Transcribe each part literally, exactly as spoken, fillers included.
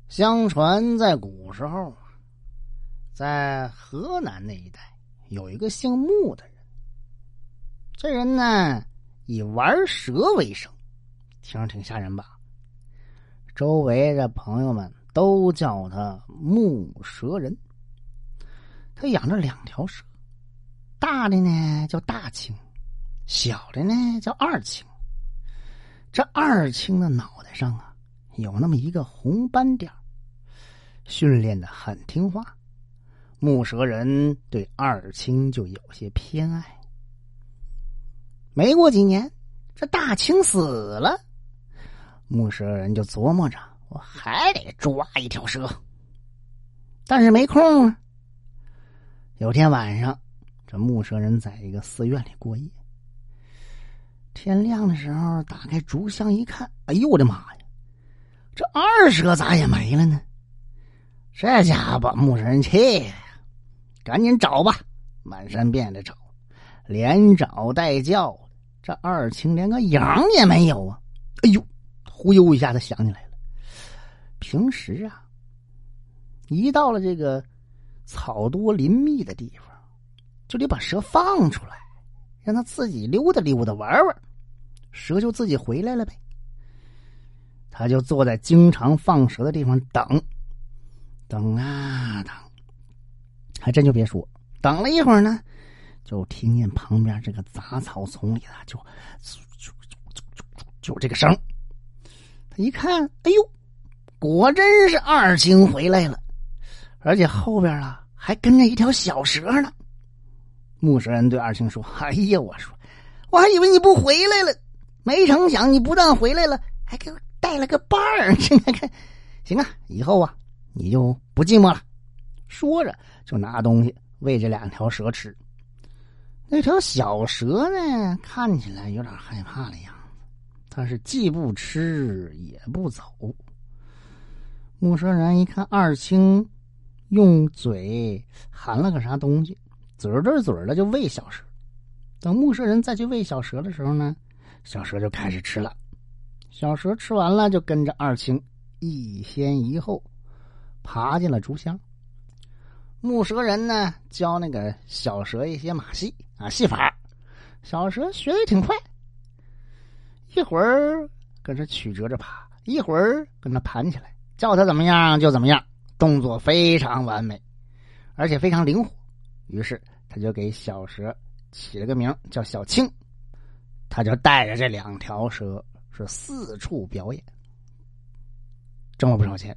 相传在古时候啊，在河南那一带有一个姓穆的人，这人呢以玩蛇为生，听着挺吓人吧？周围的朋友们都叫他穆蛇人。他养着两条蛇，大的呢叫大青，小的呢叫二青。这二青的脑袋上啊有那么一个红斑点，训练得很听话。穆蛇人对二青就有些偏爱。没过几年，这大青死了，穆蛇人就琢磨着，我还得抓一条蛇，但是没空啊。有天晚上，这穆蛇人在一个寺院里过夜，天亮的时候打开竹箱一看，哎呦我的妈呀，这二蛇咋也没了呢？这家伙把穆蛇人气呀，赶紧找吧，满山遍地找，连找带叫，这二青连个影也没有啊！哎呦，忽悠一下他想起来了，平时啊，一到了这个草多林密的地方，就得把蛇放出来，让它自己溜达溜达玩玩，蛇就自己回来了呗。他就坐在经常放蛇的地方等，等啊等，还真就别说，等了一会儿呢，就听见旁边这个杂草丛里啊，就就就就就这个声。他一看，哎呦，果真是二青回来了，而且后边啊还跟着一条小蛇呢。穆蛇人对二青说：“哎呀，我说，我还以为你不回来了，没成想你不但回来了，还给我带了个伴儿。这看，行啊，以后啊你就不寂寞了。”说着就拿东西喂这两条蛇吃。那条小蛇呢，看起来有点害怕的样子，它是既不吃也不走。穆蛇人一看二青用嘴含了个啥东西，嘴儿对嘴儿的就喂小蛇。等穆蛇人再去喂小蛇的时候呢，小蛇就开始吃了。小蛇吃完了，就跟着二青一先一后爬进了竹箱。穆蛇人呢教那个小蛇一些马戏啊戏法，小蛇学得挺快，一会儿跟着曲折着爬，一会儿跟他盘起来，叫他怎么样就怎么样，动作非常完美，而且非常灵活。于是他就给小蛇起了个名叫小青，他就带着这两条蛇是四处表演，挣了不少钱。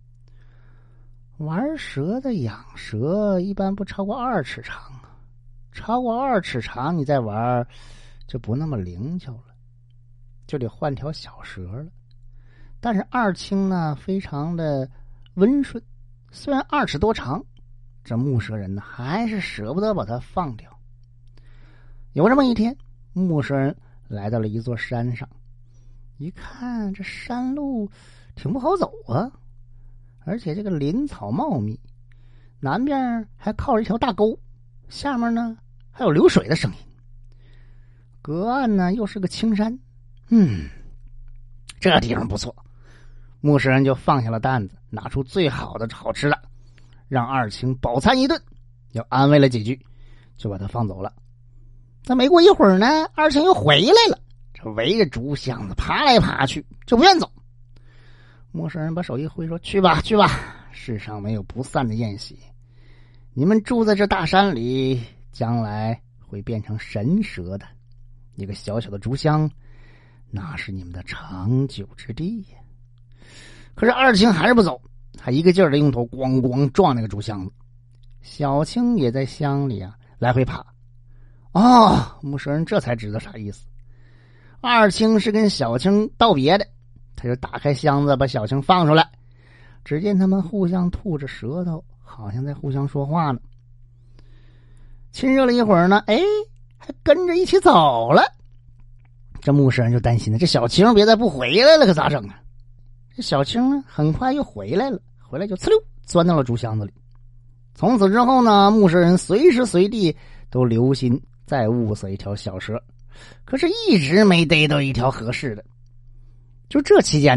玩蛇的养蛇一般不超过二尺长啊，超过二尺长你再玩就不那么灵巧了，就得换条小蛇了。但是二青呢非常的温顺，虽然二尺多长，这穆蛇人呢还是舍不得把它放掉。有这么一天，穆蛇人来到了一座山上，一看这山路挺不好走啊，而且这个林草茂密，南边还靠着一条大沟，下面呢还有流水的声音，隔岸呢又是个青山。嗯，这地方不错。穆蛇人就放下了担子，拿出最好的好吃的，让二青饱餐一顿，又安慰了几句，就把他放走了。但没过一会儿呢，二青又回来了，这围着竹箱子爬来爬去，就不愿走。穆蛇人把手一挥说：“去吧去吧，世上没有不散的宴席，你们住在这大山里，将来会变成神蛇的，一个小小的竹箱那是你们的长久之地呀。”可是二青还是不走，他一个劲儿的用头咣咣撞那个竹箱子。小青也在箱里啊来回爬。哦，穆蛇人这才知道啥意思，二青是跟小青道别的。他就打开箱子，把小青放出来，只见他们互相吐着舌头，好像在互相说话呢。亲热了一会儿呢，哎，还跟着一起走了。这穆蛇人就担心了，这小青别再不回来了，可咋整啊？这小青呢，很快又回来了，回来就呲溜钻到了竹箱子里。从此之后呢，穆蛇人随时随地都留心再物色一条小蛇，可是一直没逮到一条合适的。就这期间呢，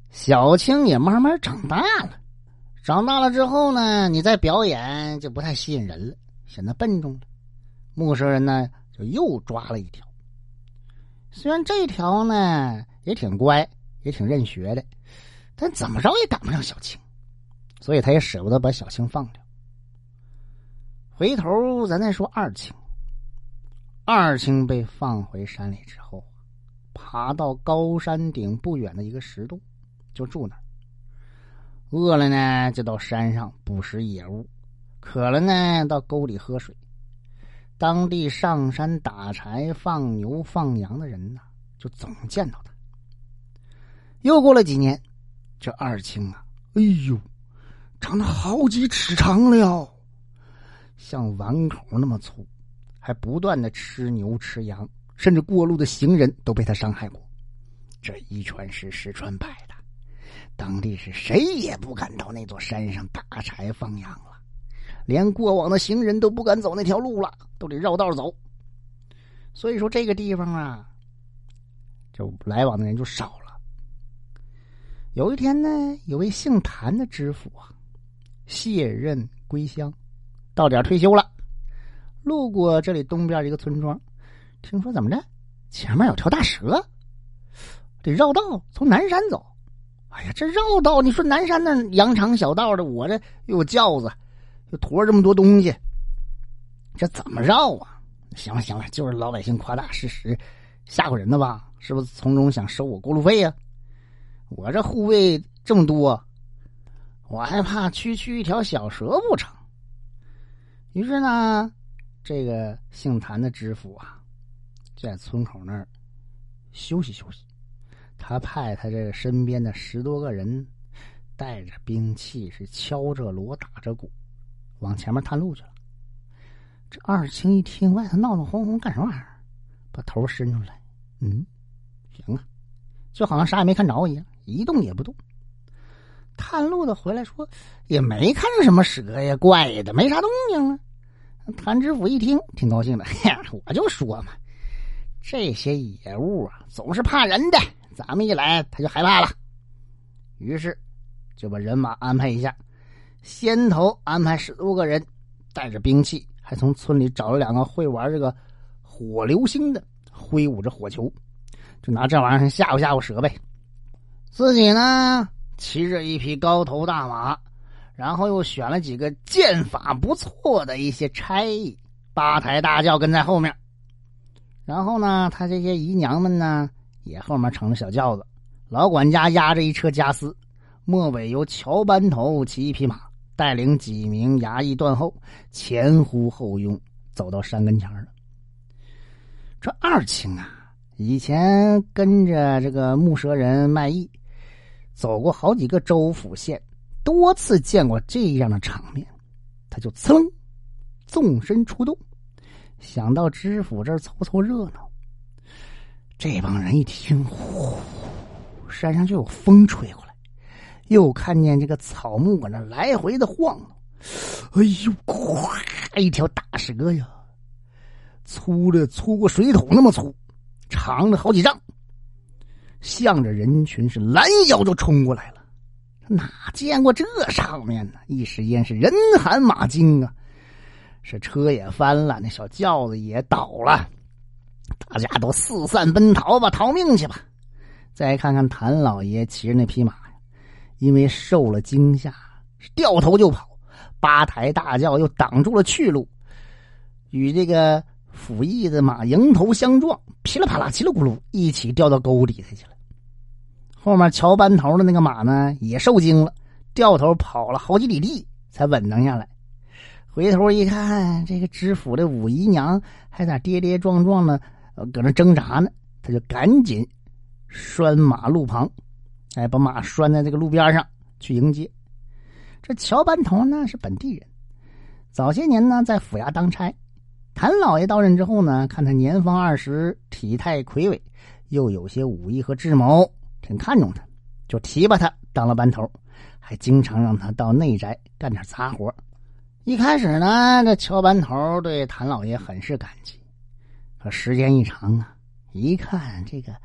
小青也慢慢长大了。长大了之后呢，你再表演就不太吸引人了，显得笨重了。木蛇人呢就又抓了一条。虽然这条呢也挺乖，也挺认学的，但怎么着也赶不上小青，所以他也舍不得把小青放掉。回头咱再说二青。二青被放回山里之后，爬到高山顶不远的一个石洞，就住那儿。饿了呢就到山上捕食野物，渴了呢到沟里喝水。当地上山打柴放牛放羊的人呢，就总见到他。又过了几年，这二青啊，哎呦，长得好几尺长了，像碗口那么粗，还不断的吃牛吃羊，甚至过路的行人都被他伤害过。这一传十，十传百的，当地是谁也不敢到那座山上打柴放羊了，连过往的行人都不敢走那条路了，都得绕道走。所以说这个地方啊，就来往的人就少了。有一天呢，有位姓谭的知府啊，卸任归乡，到点退休了，路过这里东边一个村庄，听说怎么着，前面有条大蛇，得绕道从南山走。哎呀，这绕道，你说南山那羊肠小道的，我这又有轿子，又驮这么多东西，这怎么绕啊？行了行了，就是老百姓夸大事实，吓唬人的吧？是不是从中想收我过路费呀、啊？我这护卫这么多，我还怕区区一条小蛇不成？于是呢，这个姓谭的知府啊，就在村口那儿休息休息。他派他这个身边的十多个人，带着兵器，是敲着锣打着鼓，往前面探路去了。这二青一听外头闹闹哄哄干什么玩意儿，把头伸出来，嗯，行啊，就好像啥也没看着一样，一动也不动。探路的回来说，也没看着什么蛇呀怪的，没啥动静啊。谭知府一听挺高兴的，嘿，我就说嘛，这些野物啊总是怕人的，咱们一来他就害怕了。于是就把人马安排一下，先头安排十多个人带着兵器，还从村里找了两个会玩这个火流星的，挥舞着火球，就拿这玩意儿吓唬吓唬蛇呗。自己呢骑着一匹高头大马，然后又选了几个剑法不错的一些差役，八抬大轿跟在后面。然后呢，他这些姨娘们呢也后面乘着小轿子，老管家押着一车家私，末尾由乔班头骑一匹马，带领几名衙役断后，前呼后拥走到山跟前了。这二青啊，以前跟着这个木蛇人卖艺，走过好几个州府县，多次见过这样的场面，他就噌纵身出动，想到知府这儿凑凑热闹。这帮人一听，呼，山上就有风吹过来，又看见这个草木搁那来回的晃动，哎呦，咵，一条大蛇呀，粗的粗过水桶那么粗，长的好几丈，向着人群是拦腰就冲过来了。哪见过这场面呢？一时间是人喊马惊啊，是车也翻了，那小轿子也倒了，大家都四散奔逃吧，逃命去吧。再看看谭老爷骑着那匹马呀，因为受了惊吓，是掉头就跑，八抬大轿又挡住了去路，与这个府役的马迎头相撞，噼里啪啦叽里咕噜一起掉到沟里头去了。后面乔班头的那个马呢也受惊了，掉头跑了好几里地才稳当下来。回头一看，这个知府的五姨娘还在跌跌撞撞的搁那挣扎呢，他就赶紧拴马路旁，哎，把马拴在这个路边上去迎接。这乔班头呢是本地人，早些年呢在府衙当差。谭老爷到任之后呢，看他年方二十，体态魁伟，又有些武艺和智谋，挺看重他，就提拔他当了班头，还经常让他到内宅干点杂活。一开始呢，这乔班头对谭老爷很是感激，可时间一长啊，一看这个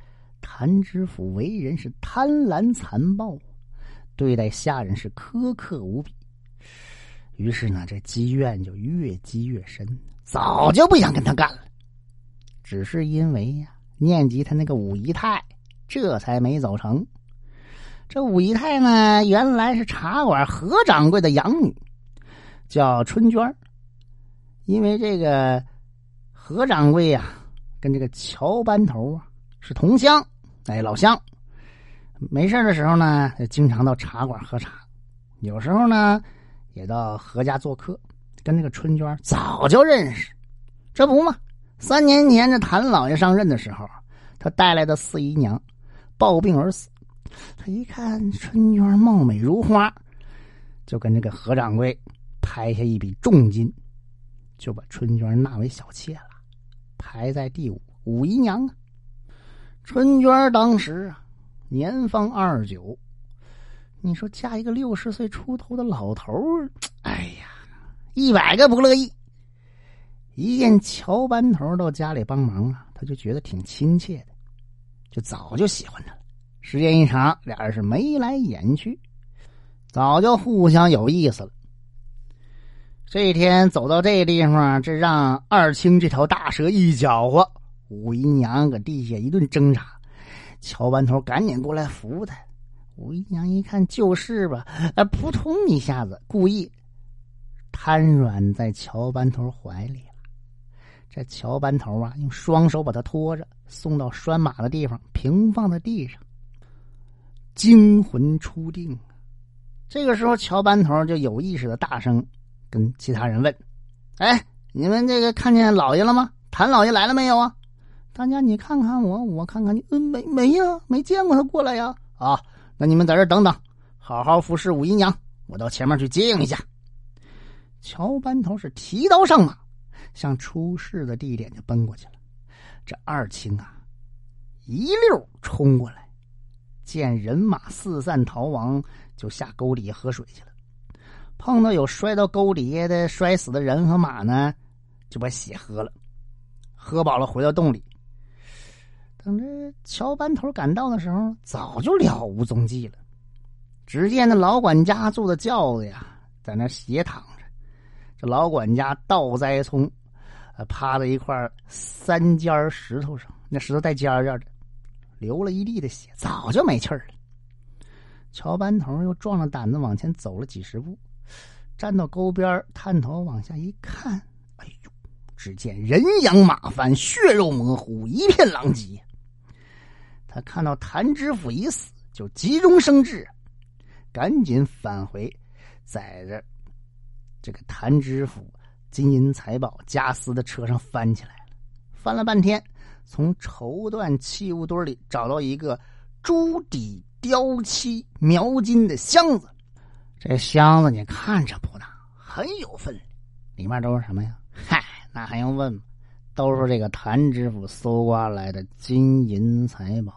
谭知府为人是贪婪残暴，对待下人是苛刻无比。于是呢，这积怨就越积越深，早就不想跟他干了。只是因为呀，念及他那个武姨太，这才没走成。这武姨太呢，原来是茶馆何掌柜的养女，叫春娟。因为这个何掌柜呀、啊，跟这个乔班头啊是同乡，哎，老乡。没事的时候呢，经常到茶馆喝茶，有时候呢也到何家做客，跟这个春娟早就认识。这不嘛，三年前这谭老爷上任的时候，他带来的四姨娘暴病而死。他一看春娟貌美如花，就跟这个何掌柜拍下一笔重金，就把春娟纳为小妾了，排在第五，五姨娘啊。春娟当时啊年方二十九，你说嫁一个六十岁出头的老头，哎呀，一百个不乐意。一见乔班头到家里帮忙啊，他就觉得挺亲切的，就早就喜欢他了。时间一长，俩人是眉来眼去，早就互相有意思了。这一天走到这地方，这让二青这条大蛇一搅和，五姨娘搁地下一顿挣扎，乔班头赶紧过来扶他。五姨娘一看就是吧，啊，扑通一下子，故意瘫软在乔班头怀里了。这乔班头啊，用双手把他拖着，送到拴马的地方，平放在地上。惊魂初定，这个时候乔班头就有意识的大声跟其他人问：哎，你们这个看见老爷了吗？谭老爷来了没有啊？大家你看看我，我看看你，嗯，没没呀，没见过他过来呀。啊，那你们在这等等，好好服侍五姨娘，我到前面去接应一下。乔班头是提刀上马，向出事的地点就奔过去了。这二青啊，一溜冲过来，见人马四散逃亡，就下沟底下喝水去了。碰到有摔到沟底下的摔死的人和马呢，就把血喝了，喝饱了回到洞里。等着乔班头赶到的时候，早就了无踪迹了。只见那老管家坐的轿子呀，在那斜躺着。这老管家倒栽葱，呃，趴在一块三尖石头上，那石头带尖尖的，流了一地的血，早就没气儿了。乔班头又壮着胆子往前走了几十步，站到沟边，探头往下一看，哎呦，只见人仰马翻，血肉模糊，一片狼藉。他看到谭知府已死，就急中生智，赶紧返回，在这这个谭知府金银财宝家私的车上翻起来了。翻了半天，从绸缎器物堆里找到一个朱底雕漆描金的箱子。这箱子你看着不大，很有分量，里面都是什么呀？嗨，那还用问吗？都是这个谭知府搜刮来的金银财宝。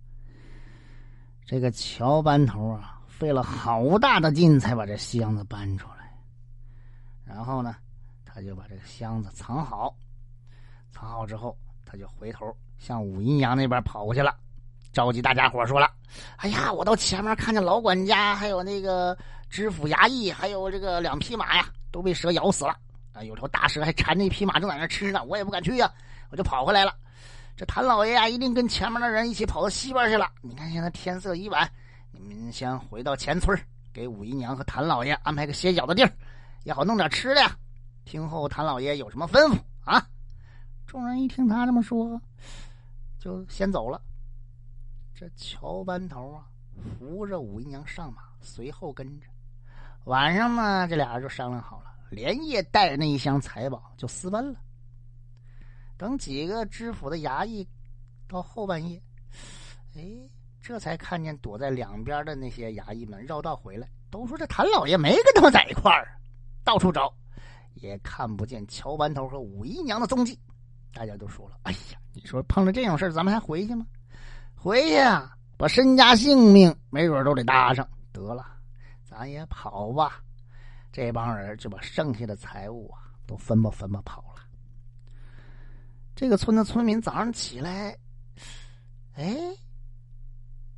这个乔班头啊，费了好大的劲才把这箱子搬出来，然后呢，他就把这个箱子藏好。藏好之后，他就回头向武阴阳那边跑过去了，召集大家伙说了：哎呀，我到前面看见老管家还有那个知府衙役还有这个两匹马呀，都被蛇咬死了啊！有条大蛇还缠着一匹马正在那吃呢，我也不敢去呀，我就跑回来了。这谭老爷啊，一定跟前面的人一起跑到西边去了。你看现在天色已晚，你们先回到前村，给武姨娘和谭老爷安排个歇脚的地儿，也好弄点吃的呀。听后谭老爷有什么吩咐啊？众人一听他这么说，就先走了。这乔班头啊，扶着武姨娘上马，随后跟着。晚上呢，这俩人就商量好了，连夜带着那一箱财宝就私奔了。等几个知府的衙役到后半夜，哎，这才看见躲在两边的那些衙役们绕道回来，都说这谭老爷没跟他们在一块儿，到处找也看不见乔班头和武姨娘的踪迹。大家都说了，哎呀，你说碰着这种事咱们还回去吗？回去啊，把身家性命没准都得搭上。得了，咱也跑吧。这帮人就把剩下的财物啊都分吧分吧跑了。这个村的村民早上起来，哎，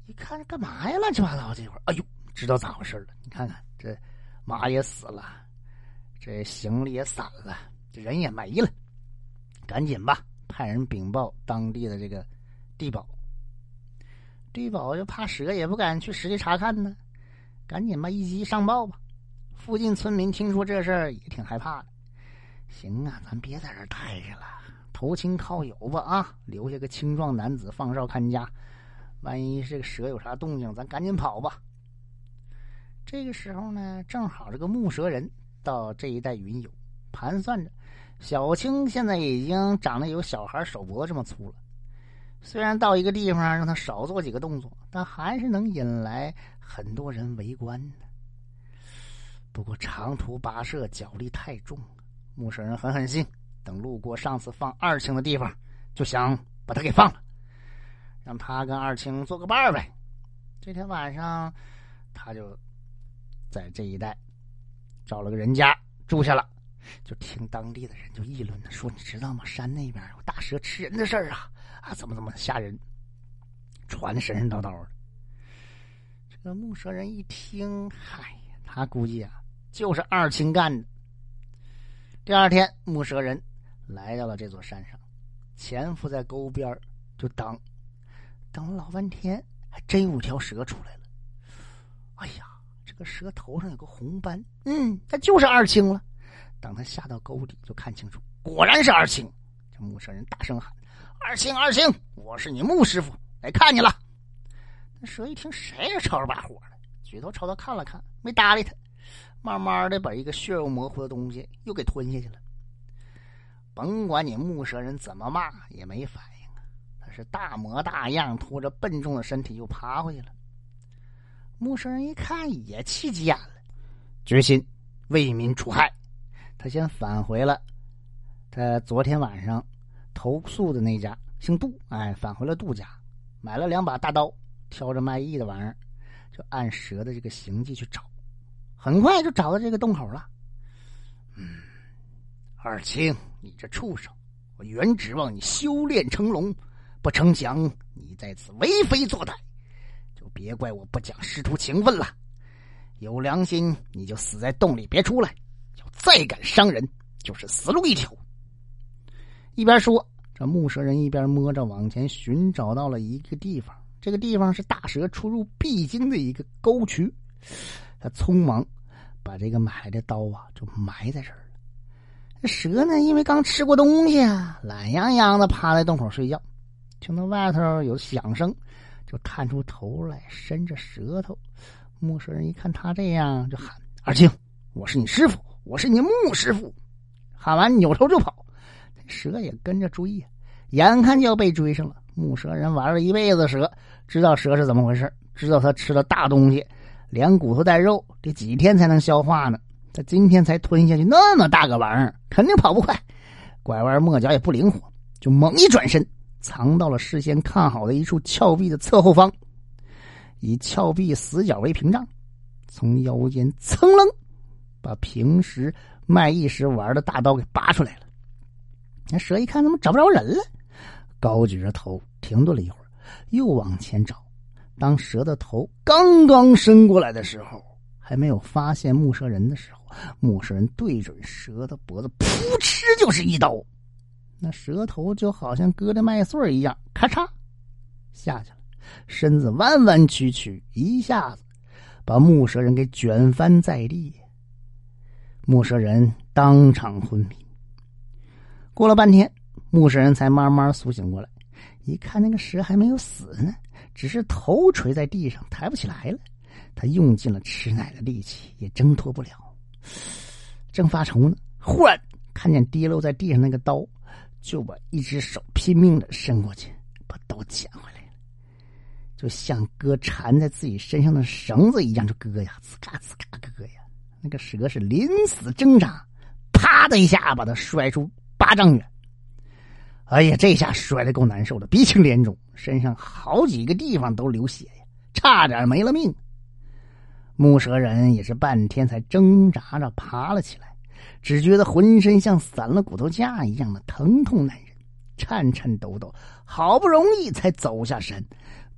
一看干嘛呀，乱七八糟这会儿，哎呦，知道咋回事了。你看看这马也死了，这行李也散了，这人也没了，赶紧吧，派人禀报当地的这个地保。地保就怕蛇，也不敢去实地查看呢，赶紧吧，一级上报吧。附近村民听说这事儿也挺害怕的。行啊，咱别在这儿待着了，投亲靠友吧啊！留下个青壮男子放哨看家，万一这个蛇有啥动静，咱赶紧跑吧。这个时候呢，正好这个木蛇人到这一带云游，盘算着小青现在已经长得有小孩手脖这么粗了，虽然到一个地方让他少做几个动作，但还是能引来很多人围观的。不过长途跋涉脚力太重，木蛇人狠狠心，等路过上次放二青的地方，就想把他给放了，让他跟二青做个伴儿呗。这天晚上他就在这一带找了个人家住下了，就听当地的人就议论的说，你知道吗，山那边有大蛇吃人的事儿啊啊，怎么怎么吓人，传的神神叨叨的。这个木蛇人一听，嗨呀，他估计啊就是二青干的。第二天，木蛇人来到了这座山上，潜伏在沟边就等，等了老半天，还真有条蛇出来了。哎呀，这个蛇头上有个红斑，嗯，那就是二青了。等他下到沟底，就看清楚，果然是二青。这木蛇人大声喊：“二青，二青，我是你木师傅，来看你了。”那蛇一听，谁也吵着把火的，举头朝他看了看，没搭理他，慢慢的把一个血肉模糊的东西又给吞下去了。甭管你木蛇人怎么骂也没反应啊，他是大模大样拖着笨重的身体又爬回去了。木蛇人一看也气急眼了，决心为民除害。他先返回了他昨天晚上投诉的那家姓杜，哎，返回了杜家，买了两把大刀，挑着卖艺的玩意儿，就按蛇的这个行迹去找，很快就找到这个洞口了。嗯，二青，你这畜生，我原指望你修炼成龙，不成想你在此为非作歹，就别怪我不讲师徒情分了。有良心你就死在洞里别出来，要再敢伤人就是死路一条。一边说，这木蛇人一边摸着往前寻找到了一个地方，这个地方是大蛇出入必经的一个沟渠。他匆忙把这个买的刀啊就埋在这儿了。这蛇呢，因为刚吃过东西啊，懒洋洋的趴在洞口睡觉，听到外头有响声，就探出头来伸着舌头。木蛇人一看他这样，就喊：“二青，我是你师傅，我是你木师傅。”喊完扭头就跑，蛇也跟着追，眼看就要被追上了。木蛇人玩了一辈子蛇，知道蛇是怎么回事，知道他吃了大东西，连骨头带肉，这几天才能消化呢。他今天才吞下去那么大个玩意儿，肯定跑不快，拐弯抹角也不灵活，就猛一转身，藏到了事先看好的一处峭壁的侧后方，以峭壁死角为屏障，从腰间噌楞把平时卖艺时玩的大刀给拔出来了。那蛇一看怎么找不着人了，高举着头停顿了一会儿，又往前找。当蛇的头刚刚伸过来的时候，还没有发现木蛇人的时候，木蛇人对准蛇的脖子噗嗤就是一刀，那蛇头就好像割的麦穗一样，咔嚓下去了，身子弯弯曲曲，一下子把木蛇人给卷翻在地，木蛇人当场昏迷。过了半天，木蛇人才慢慢苏醒过来，一看那个蛇还没有死呢，只是头垂在地上抬不起来了。他用尽了吃奶的力气也挣脱不了，正发愁呢，忽然看见跌落在地上那个刀，就把一只手拼命的伸过去，把刀捡回来了，就像割缠在自己身上的绳子一样，就割呀，呲嘎呲嘎割呀。那个蛇是临死挣扎，啪的一下把他摔出八丈远。哎呀，这下摔得够难受的，鼻青脸肿，身上好几个地方都流血呀，差点没了命。木蛇人也是半天才挣扎着爬了起来，只觉得浑身像散了骨头架一样的疼痛难忍，颤颤抖抖，好不容易才走下山，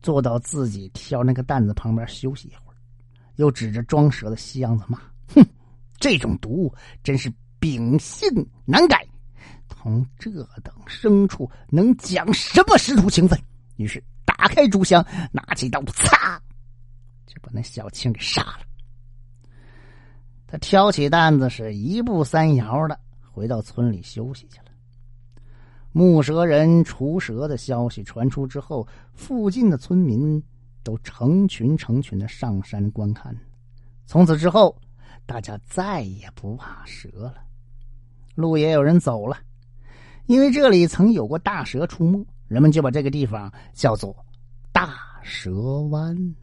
坐到自己挑那个担子旁边休息一会儿，又指着装蛇的箱子骂：“哼，这种毒物真是秉性难改，同这等牲畜能讲什么师徒情分？”于是打开竹箱，拿起刀，擦，就把那小青给杀了。他挑起担子，是一步三摇的回到村里休息去了。木蛇人除蛇的消息传出之后，附近的村民都成群成群的上山观看。从此之后，大家再也不怕蛇了。路也有人走了，因为这里曾有过大蛇出没，人们就把这个地方叫做大蛇湾。